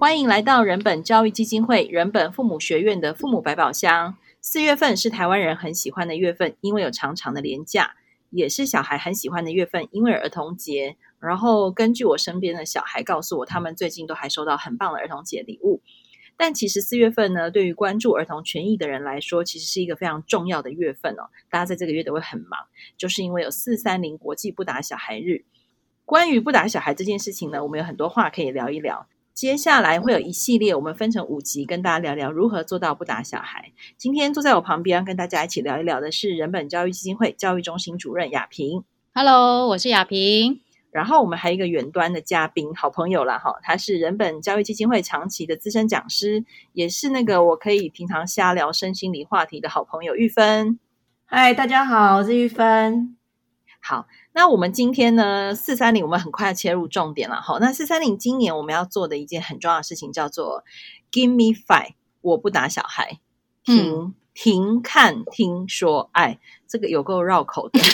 欢迎来到人本教育基金会人本父母学院的父母百宝箱。4月份是台湾人很喜欢的月份，因为有长长的连假，也是小孩很喜欢的月份，因为儿童节。然后根据我身边的小孩告诉我，他们最近都还收到很棒的儿童节礼物。但其实4月份呢，对于关注儿童权益的人来说，其实是一个非常重要的月份哦。大家在这个月都会很忙，就是因为有430国际不打小孩日。关于不打小孩这件事情呢，我们有很多话可以聊一聊。接下来会有一系列，我们分成5集跟大家聊聊如何做到不打小孩。今天坐在我旁边跟大家一起聊一聊的是人本教育基金会教育中心主任雅萍。 Hello， 我是雅萍。 然后我们还有一个远端的嘉宾，好朋友啦，他是人本教育基金会长期的资深讲师，也是那个我可以平常瞎聊身心理话题的好朋友玉芬。 嗨，大家好，我是玉芬。 好，那我们今天呢430我们很快要切入重点了。那430今年我们要做的一件很重要的事情叫做 Give me five， 我不打小孩。停看听说爱，这个有够绕口的。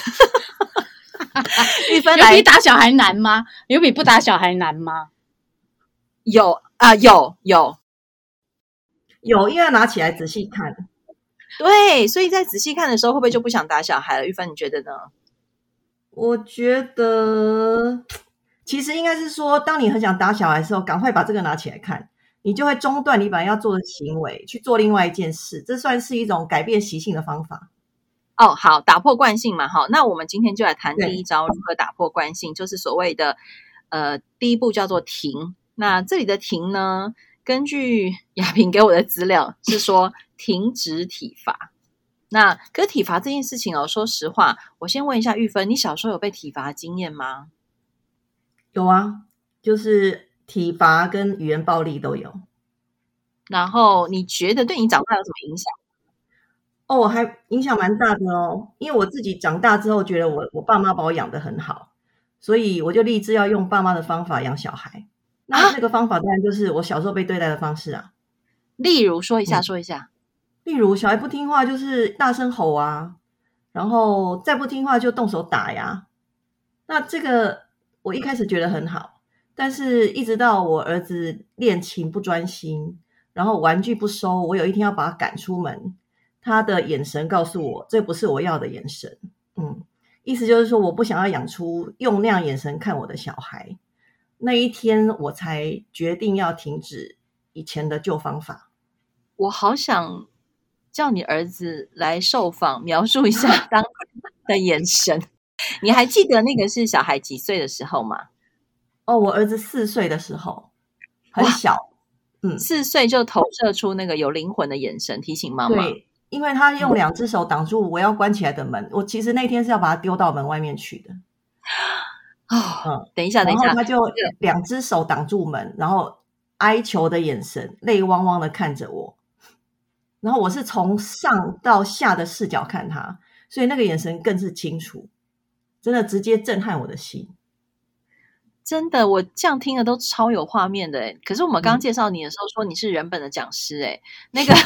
玉芬有比打小孩难吗？有比不打小孩难吗？ 有， 因为要拿起来仔细看。 对，所以在仔细看的时候会不会就不想打小孩了？玉芬你觉得呢？ 我觉得其实应该是说，当你很想打小孩的时候，赶快把这个拿起来看，你就会中断你本来要做的行为，去做另外一件事。这算是一种改变习性的方法。 哦，好，打破惯性嘛。好，那我们今天就来谈第一招如何打破惯性，就是所谓的第一步叫做停。那这里的停呢，根据雅萍给我的资料是说停止体罚。那可是体罚这件事情说实话，我先问一下玉芬，你小时候有被体罚的经验吗？ 有啊，就是体罚跟语言暴力都有。 然后你觉得对你长大有什么影响？ 我还影响蛮大的哦，因为我自己长大之后觉得我爸妈把我养得很好，所以我就立志要用爸妈的方法养小孩。那个方法当然就是我小时候被对待的方式啊。 例如说一下。 例如小孩不听话就是大声吼啊，然后再不听话就动手打呀。那这个我一开始觉得很好，但是一直到我儿子练琴不专心，然后玩具不收，我有一天要把他赶出门，他的眼神告诉我这不是我要的眼神。意思就是说我不想要养出用那样眼神看我的小孩。那一天我才决定要停止以前的旧方法。 我好想叫你儿子来受访，描述一下当时的眼神。你还记得那个是小孩几岁的时候吗？ 我儿子4岁的时候，很小。 4岁就投射出那个有灵魂的眼神，提醒妈妈。 对，因为他用2只手挡住我要关起来的门。我其实那天是要把他丢到门外面去的。 等一下， 然后他就2只手挡住门，然后哀求的眼神，泪汪汪的看着我。然后我是从上到下的视角看他，所以那个眼神更是清楚，真的直接震撼我的心。 真的，我这样听的都超有画面的。可是我们刚刚介绍你的时候说你是人本的讲师，那个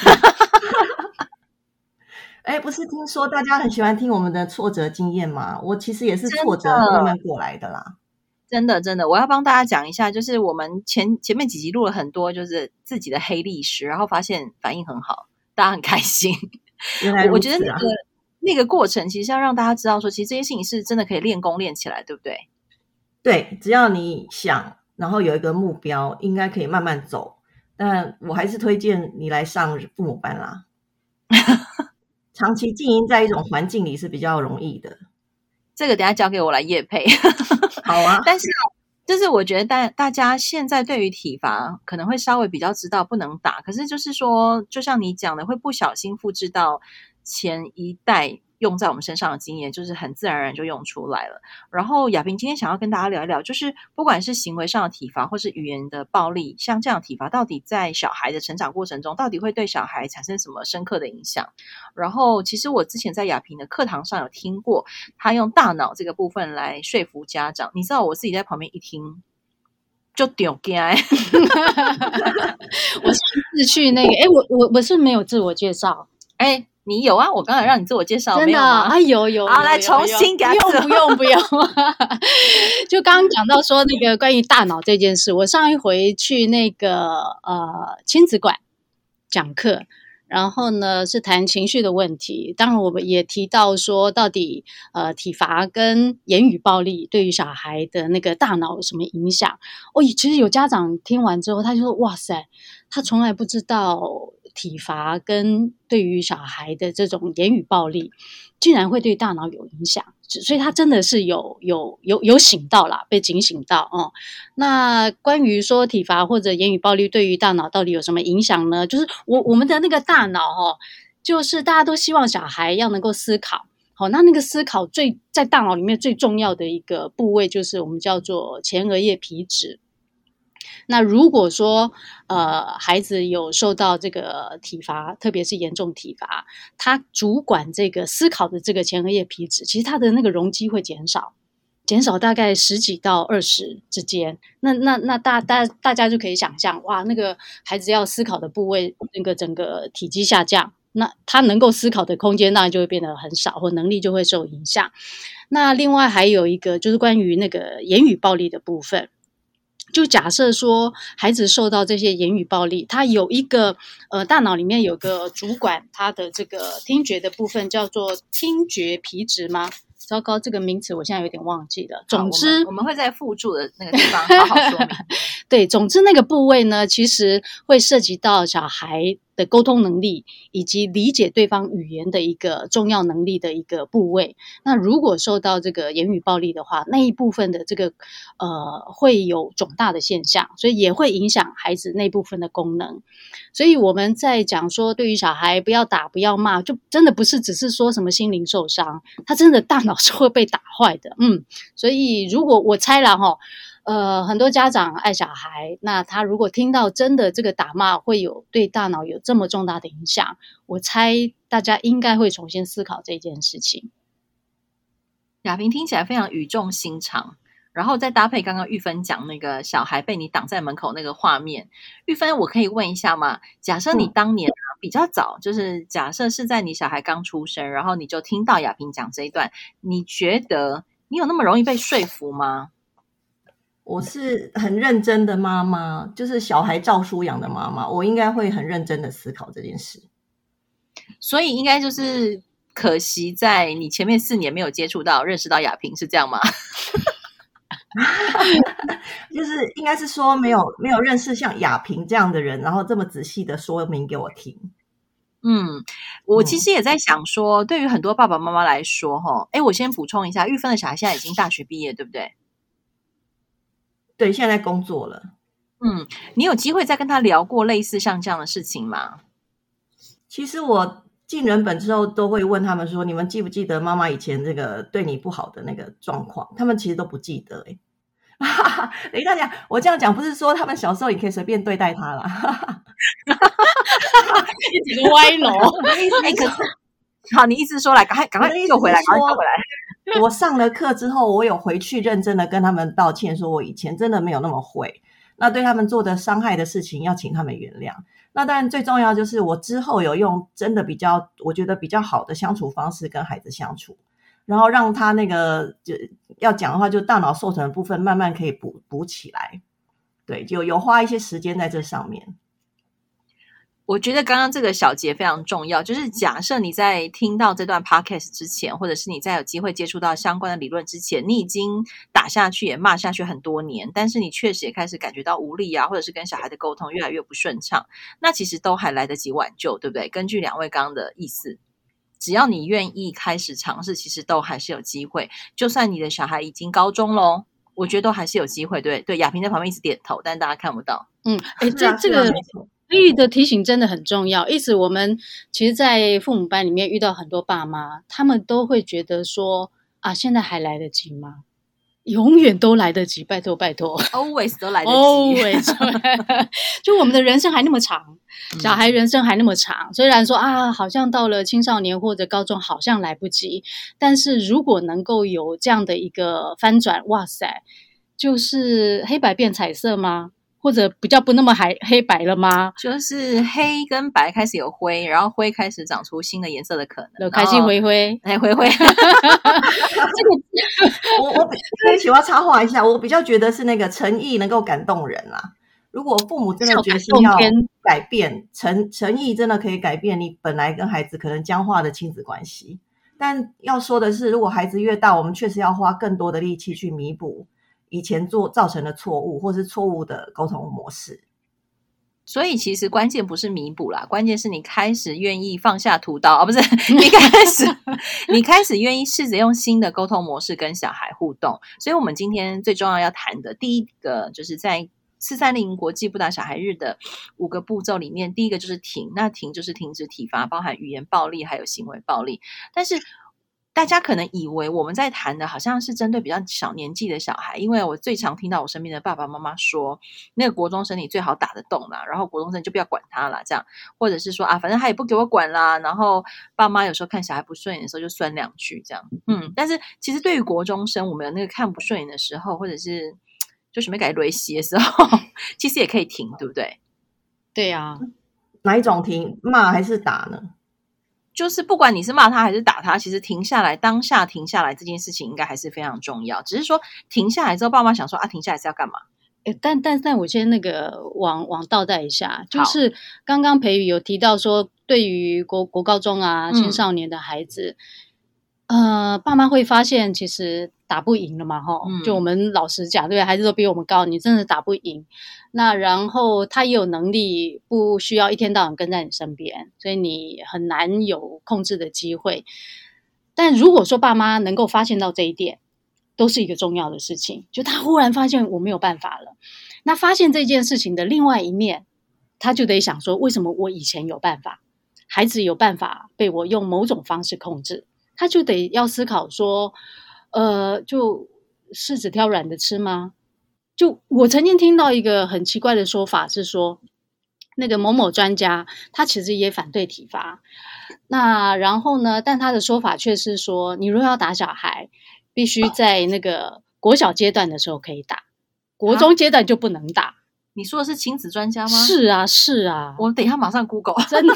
不是听说大家很喜欢听我们的挫折经验吗？我其实也是挫折慢慢过来的啦。 真的，我要帮大家讲一下，就是我们前面几集录了很多就是自己的黑历史，然后发现反应很好，大家很开心。我觉得那个过程其实要让大家知道说，其实这些事情是真的可以练功练起来，对不对？ 对，只要你想，然后有一个目标，应该可以慢慢走。但我还是推荐你来上父母班啦。长期经营在一种环境里是比较容易的。 这个等一下交给我来业配。 好啊。 但是就是我觉得大家现在对于体罚可能会稍微比较知道不能打，可是就是说就像你讲的，会不小心复制到前一代用在我们身上的经验，就是很自然而然就用出来了。然后雅萍今天想要跟大家聊一聊，就是不管是行为上的体罚或是语言的暴力，像这样的体罚到底在小孩的成长过程中到底会对小孩产生什么深刻的影响。然后其实我之前在雅萍的课堂上有听过他用大脑这个部分来说服家长，你知道我自己在旁边一听就丢惊。我上次去那个我是没有自我介绍。 你有啊？我刚才让你自我介绍， 真的没有吗？ 啊，有， 好，来重新给他不用。就刚刚讲到说那个关于大脑这件事，我上一回去那个亲子馆讲课，然后呢是谈情绪的问题，当然我们也提到说到底体罚跟言语暴力对于小孩的那个大脑有什么影响。其实有家长听完之后他就说哇塞，他从来不知道体罚跟对于小孩的这种言语暴力竟然会对大脑有影响，所以他真的是有醒到啦，被警醒到哦。那关于说体罚或者言语暴力对于大脑到底有什么影响呢？就是我们的那个大脑就是大家都希望小孩要能够思考。好，那个思考在大脑里面最重要的一个部位就是我们叫做前额叶皮质。那如果说孩子有受到这个体罚，特别是严重体罚，他主管这个思考的这个前额叶皮质，其实他的那个容积会减少大概10几到20之间。那大家就可以想象，哇，那个孩子要思考的部位，那个整个体积下降，那他能够思考的空间当然就会变得很少，或能力就会受影响。那另外还有一个就是关于那个言语暴力的部分。就假设说孩子受到这些言语暴力，他有一个大脑里面有个主管他的这个听觉的部分，叫做听觉皮质吗？糟糕，这个名词我现在有点忘记了。总之我们会在附注的那个地方好好说明。 对，总之那个部位呢，其实会涉及到小孩的沟通能力以及理解对方语言的一个重要能力的一个部位。那如果受到这个言语暴力的话，那一部分的这个会有肿大的现象，所以也会影响孩子那部分的功能。所以我们在讲说对于小孩不要打不要骂，就真的不是只是说什么心灵受伤，他真的大脑是会被打坏的。所以如果我猜啦很多家长爱小孩，那他如果听到真的这个打骂会有对大脑有这么重大的影响，我猜大家应该会重新思考这件事情。 雅萍听起来非常语重心长，然后再搭配刚刚玉芬讲那个小孩被你挡在门口那个画面，玉芬我可以问一下吗？假设你当年比较早，就是假设是在你小孩刚出生，然后你就听到雅萍讲这一段，你觉得你有那么容易被说服吗？ 我是很认真的妈妈，就是小孩照书养的妈妈，我应该会很认真的思考这件事。 所以应该就是可惜在你前面4年没有接触到认识到雅萍，是这样吗？ 就是应该是说没有认识像雅萍这样的人，然后这么仔细的说明给我听。 我其实也在想说，对于很多爸爸妈妈来说我先补充一下，玉芬的小孩现在已经大学毕业，对不对？ 对，现在工作了。 你有机会再跟他聊过类似像这样的事情吗？ 其实我进人本之后都会问他们说，你们记不记得妈妈以前这个对你不好的那个状况？他们其实都不记得等一下，我这样讲不是说他们小时候也可以随便对待他啦。 一直歪楼。 可是好，你意思说来赶快又回来，赶快回来。 我上了课之后，我有回去认真的跟他们道歉，说我以前真的没有那么会，那对他们做的伤害的事情要请他们原谅。那当然最重要就是我之后有用真的我觉得比较好的相处方式跟孩子相处，然后让他那个就要讲的话，就大脑受损的部分慢慢可以补起来。对，就有花一些时间在这上面。 我觉得刚刚这个小节非常重要，就是假设你在听到这段 podcast 之前，或者是你在有机会接触到相关的理论之前，你已经打下去也骂下去很多年，但是你确实也开始感觉到无力啊，或者是跟小孩的沟通越来越不顺畅，那其实都还来得及挽救，对不对？根据2位刚刚的意思，只要你愿意开始尝试，其实都还是有机会。就算你的小孩已经高中咯，我觉得都还是有机会。对，雅萍在旁边一直点头，但大家看不到。 这个育的提醒真的很重要。一直我们其实在父母班里面遇到很多爸妈，他们都会觉得说现在还来得及吗？永远都来得及，拜托 always 都来得及 always 就我们的人生还那么长，小孩人生还那么长，虽然说好像到了青少年或者高中好像来不及，但是如果能够有这样的一个翻转，哇塞，就是黑白变彩色吗？ 或者比较不那么黑白了吗？ 就是黑跟白开始有灰，然后灰开始长出新的颜色的可能。 开心灰灰， 灰灰。这个我对不起，我要插话一下，我比较觉得是那个诚意能够感动人啦。如果父母真的决心要改变，诚意真的可以改变你本来跟孩子可能僵化的亲子关系。但要说的是，如果孩子越大，我们确实要花更多的力气去弥补以前造成的错误，或是错误的沟通模式。 所以其实关键不是弥补啦，关键是你开始愿意放下屠刀不是你开始愿意试着用新的沟通模式跟小孩互动。所以我们今天最重要谈的第一个，就是在430国际不打小孩日的5个步骤里面，第一个就是停。那停就是停止体罚，包含语言暴力还有行为暴力。但是大家可能以为我们在谈的好像是针对比较小年纪的小孩，因为我最常听到我身边的爸爸妈妈说，那个国中生你最好打得动啦，然后国中生就不要管他啦，这样，或者是说反正他也不给我管啦，然后爸妈有时候看小孩不顺眼的时候就酸2句这样。但是其实对于国中生，我们有那个看不顺眼的时候，或者是就准备改雷袭的时候，其实也可以停，对不对？ 对啊， 哪一种停？骂还是打呢？ 就是不管你是骂他还是打他，其实停下来，当下停下来这件事情应该还是非常重要。只是说停下来之后，爸妈想说停下来是要干嘛？ 但我先那个往倒带一下，就是刚刚培瑜有提到说，对于国高中啊青少年的孩子，爸妈会发现其实打不赢了嘛，就我们老实讲，对，孩子都比我们高，你真的打不赢。那然后他也有能力，不需要一天到晚跟在你身边，所以你很难有控制的机会。但如果说爸妈能够发现到这一点，都是一个重要的事情。就他忽然发现我没有办法了，那发现这件事情的另外一面，他就得想说，为什么我以前有办法，孩子有办法被我用某种方式控制？他就得要思考说，就柿子挑软的吃吗？就我曾经听到一个很奇怪的说法是说，那个某某专家他其实也反对体罚，那然后呢，但他的说法却是说，你如果要打小孩，必须在那个国小阶段的时候可以打，国中阶段就不能打。 你说的是亲子专家吗？ 是啊，是啊， 我等一下马上 Google。 真的，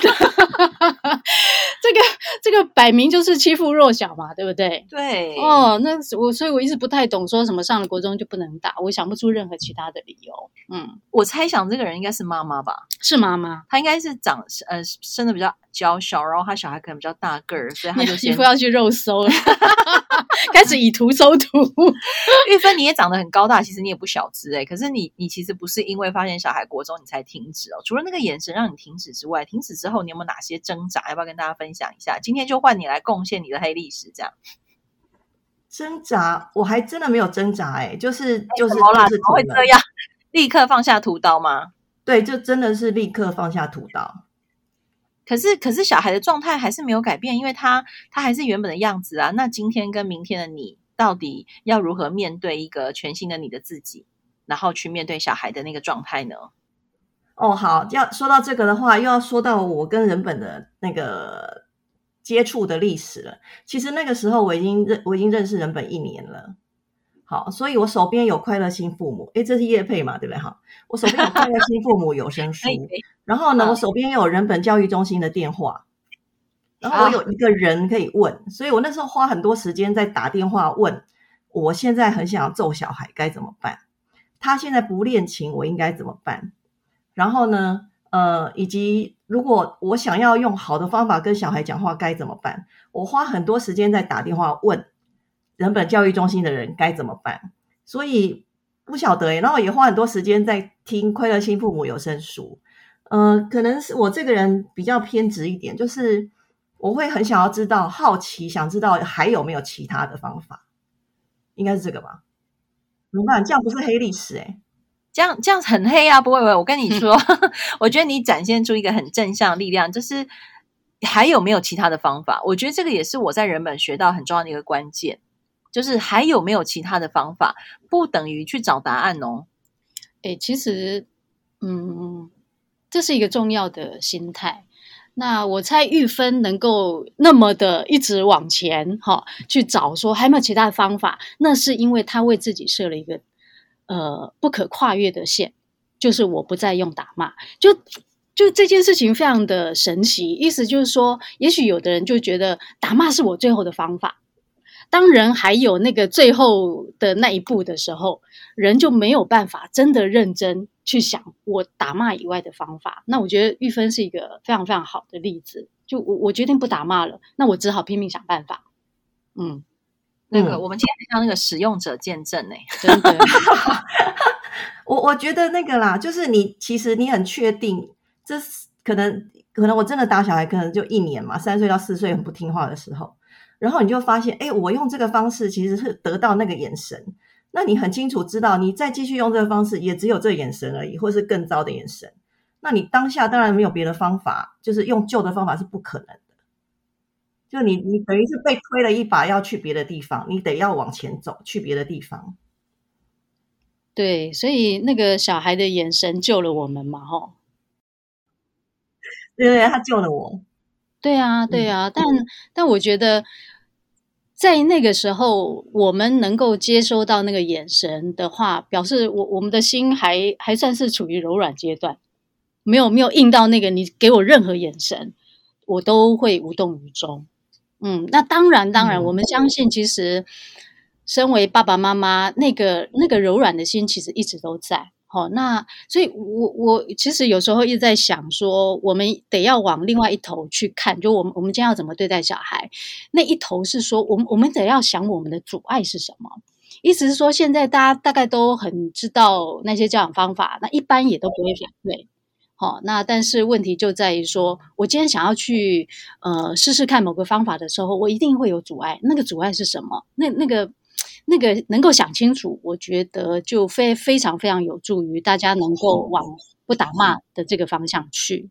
这个摆明就是欺负弱小嘛，对不对？ 对。 所以我一直不太懂，说什么上了国中就不能打，我想不出任何其他的理由。 我猜想这个人应该是妈妈吧？ 是妈妈， 她应该是生的比较娇小，然后她小孩可能比较大个儿，所以她就媳妇要去肉搜了，开始以图搜图。 玉芬，你也长得很高大，其实你也不小只可是你其实不是因为发现小孩国中你才停止除了那个眼神让你停止之外，停止之后你有没有哪些挣扎？要不要跟大家分享一下？今天就换你来贡献你的黑历史，这样。 挣扎，我还真的没有挣扎就是怎么啦？怎么会这样？立刻放下屠刀吗？ 对，就真的是立刻放下屠刀。 可是小孩的状态还是没有改变，因为他还是原本的样子啊。那今天跟明天的你，到底要如何面对一个全新的你的自己，然后去面对小孩的那个状态呢？ 好，要说到这个的话，又要说到我跟人本的那个接触的历史了。其实那个时候我已经认识人本1年了。好，所以我手边有快乐新父母，这是业配嘛，对不对？我手边有快乐新父母有声书，然后呢，我手边又有人本教育中心的电话，然后我有一个人可以问，所以我那时候花很多时间在打电话问，我现在很想要揍小孩该怎么办？他现在不练琴，我应该怎么办？然后呢，以及如果我想要用好的方法跟小孩讲话该怎么办？我花很多时间在打电话问人本教育中心的人该怎么办，所以不晓得然后也花很多时间在听快乐新父母有声书。可能是我这个人比较偏执一点，就是我会很想要知道，好奇想知道还有没有其他的方法，应该是这个吧？怎么办？这样不是黑历史这样很黑啊！不会，我跟你说，我觉得你展现出一个很正向的力量，就是还有没有其他的方法？我觉得这个也是我在人本学到很重要的一个关键。就是还有没有其他的方法，不等于去找答案其实这是一个重要的心态。那我猜玉芬能够那么的一直往前去找说还有没有其他的方法，那是因为他为自己设了一个不可跨越的线。 就是我不再用打骂，就这件事情非常的神奇，意思就是说，也许有的人就觉得打骂是我最后的方法，当人还有那个最后的那一步的时候，人就没有办法真的认真去想我打骂以外的方法。那我觉得玉芬是一个非常非常好的例子，就我决定不打骂了，那我只好拼命想办法。 那个我们今天像那个使用者见证真的。 我觉得那个啦，就是其实你很确定，这可能我真的打小孩可能就1年嘛，3岁到4岁很不听话的时候，然后你就发现，我用这个方式其实是得到那个眼神，那你很清楚知道，你再继续用这个方式，也只有这个眼神而已，或是更糟的眼神。那你当下当然没有别的方法，就是用旧的方法是不可能的。就你等于是被推了一把，要去别的地方，你得要往前走，去别的地方。 对，所以那个小孩的眼神救了我们嘛，吼。 对，他救了我。 对啊，对啊，但我觉得，在那个时候，我们能够接收到那个眼神的话，表示我们的心还算是处于柔软阶段，没有硬到那个你给我任何眼神，我都会无动于衷。那当然，我们相信，其实身为爸爸妈妈，那个柔软的心其实一直都在。那所以我其实有时候一直在想说，我们得要往另外一头去看，就我们今天要怎么对待小孩，那一头是说，我们得要想我们的阻碍是什么。意思是说，现在大家大概都很知道那些教养方法，那一般也都不会反对。那但是问题就在于说，我今天想要去试试看某个方法的时候，我一定会有阻碍。那个阻碍是什么？那个能够想清楚，我觉得就非常非常有助于大家能够往不打骂的这个方向去。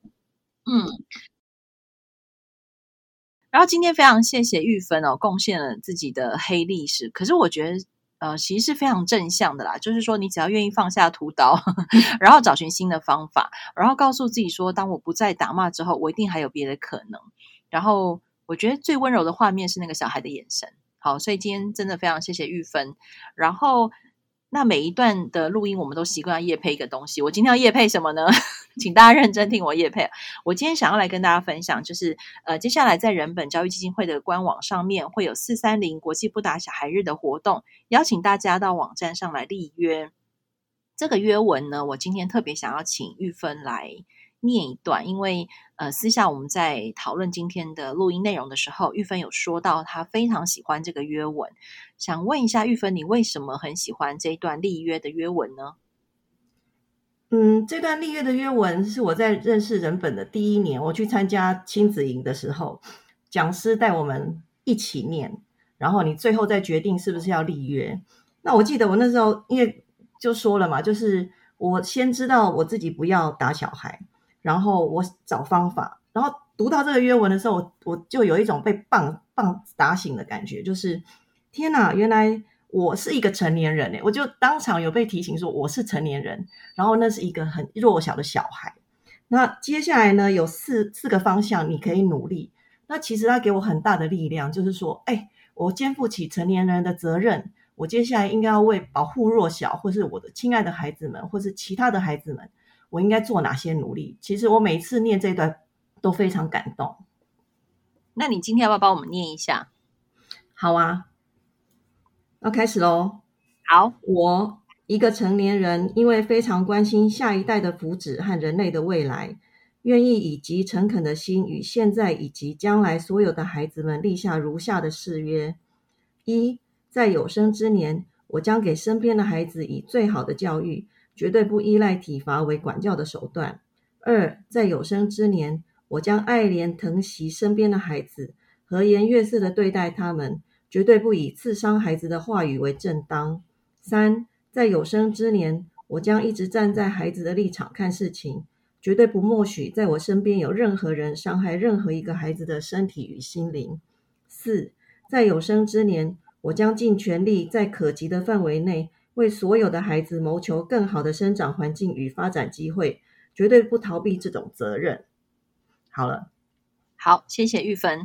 然后今天非常谢谢玉芬贡献了自己的黑历史，可是我觉得其实是非常正向的啦，就是说你只要愿意放下屠刀然后找寻新的方法，然后告诉自己说，当我不再打骂之后，我一定还有别的可能。然后我觉得最温柔的画面是那个小孩的眼神。好，所以今天真的非常谢谢玉芬。然后那每一段的录音我们都习惯要业配一个东西，我今天要业配什么呢？请大家认真听我业配。我今天想要来跟大家分享，就是接下来在人本教育基金会的官网上面会有430国际不打小孩日的活动，邀请大家到网站上来立约。这个约文呢，我今天特别想要请玉芬来念一段，因为私下我们在讨论今天的录音内容的时候，玉芬有说到她非常喜欢这个约文，想问一下玉芬，你为什么很喜欢这一段立约的约文呢？ 这段立约的约文是我在认识人本的第1年，我去参加亲子营的时候，讲师带我们一起念，然后你最后再决定是不是要立约。那我记得我那时候因为就说了嘛，就是我先知道我自己不要打小孩，然后我找方法，然后读到这个约文的时候，我就有一种被棒打醒的感觉，就是天哪，原来我是一个成年人耶，我就当场有被提醒说我是成年人，然后那是一个很弱小的小孩。那接下来呢，有四个方向你可以努力。那其实他给我很大的力量，就是说我肩负起成年人的责任，我接下来应该要为保护弱小，或是我的亲爱的孩子们，或是其他的孩子们，我应该做哪些努力。其实我每次念这段都非常感动。 那你今天要不要帮我们念一下？ 好啊，要开始咯。 好， 我一个成年人，因为非常关心下一代的福祉和人类的未来，愿意以极诚恳的心与现在以及将来所有的孩子们立下如下的誓约：一，在有生之年，我将给身边的孩子以最好的教育，绝对不依赖体罚为管教的手段。二，在有生之年，我将爱怜疼惜身边的孩子，和颜悦色地对待他们，绝对不以刺伤孩子的话语为正当。三，在有生之年，我将一直站在孩子的立场看事情，绝对不默许在我身边有任何人伤害任何一个孩子的身体与心灵。四，在有生之年，我将尽全力在可及的范围内，为所有的孩子谋求更好的生长环境与发展机会，绝对不逃避这种责任。好了。 好，谢谢玉芬。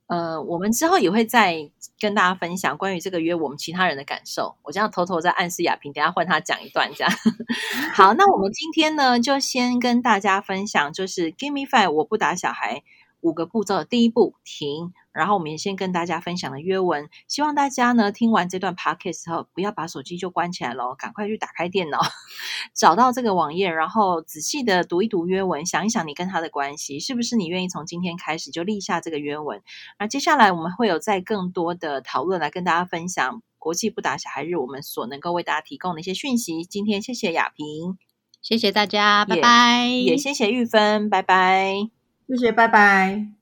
我们之后也会再跟大家分享关于这个约我们其他人的感受。我这样偷偷在暗示亚萍，等一下换他讲一段这样。好，那我们今天呢，就先跟大家分享，就是 Give Me Five 我不打小孩5个步骤的第一步停。然后我们也先跟大家分享了约文，希望大家呢听完这段 podcast 后，不要把手机就关起来咯，赶快去打开电脑，找到这个网页，然后仔细的读一读约文，想一想你跟他的关系，是不是你愿意从今天开始就立下这个约文。那接下来我们会有再更多的讨论来跟大家分享国际不打小孩日我们所能够为大家提供的一些讯息。今天谢谢亚萍， 谢谢大家，拜拜。 也谢谢玉芬，拜拜。 谢谢，拜拜。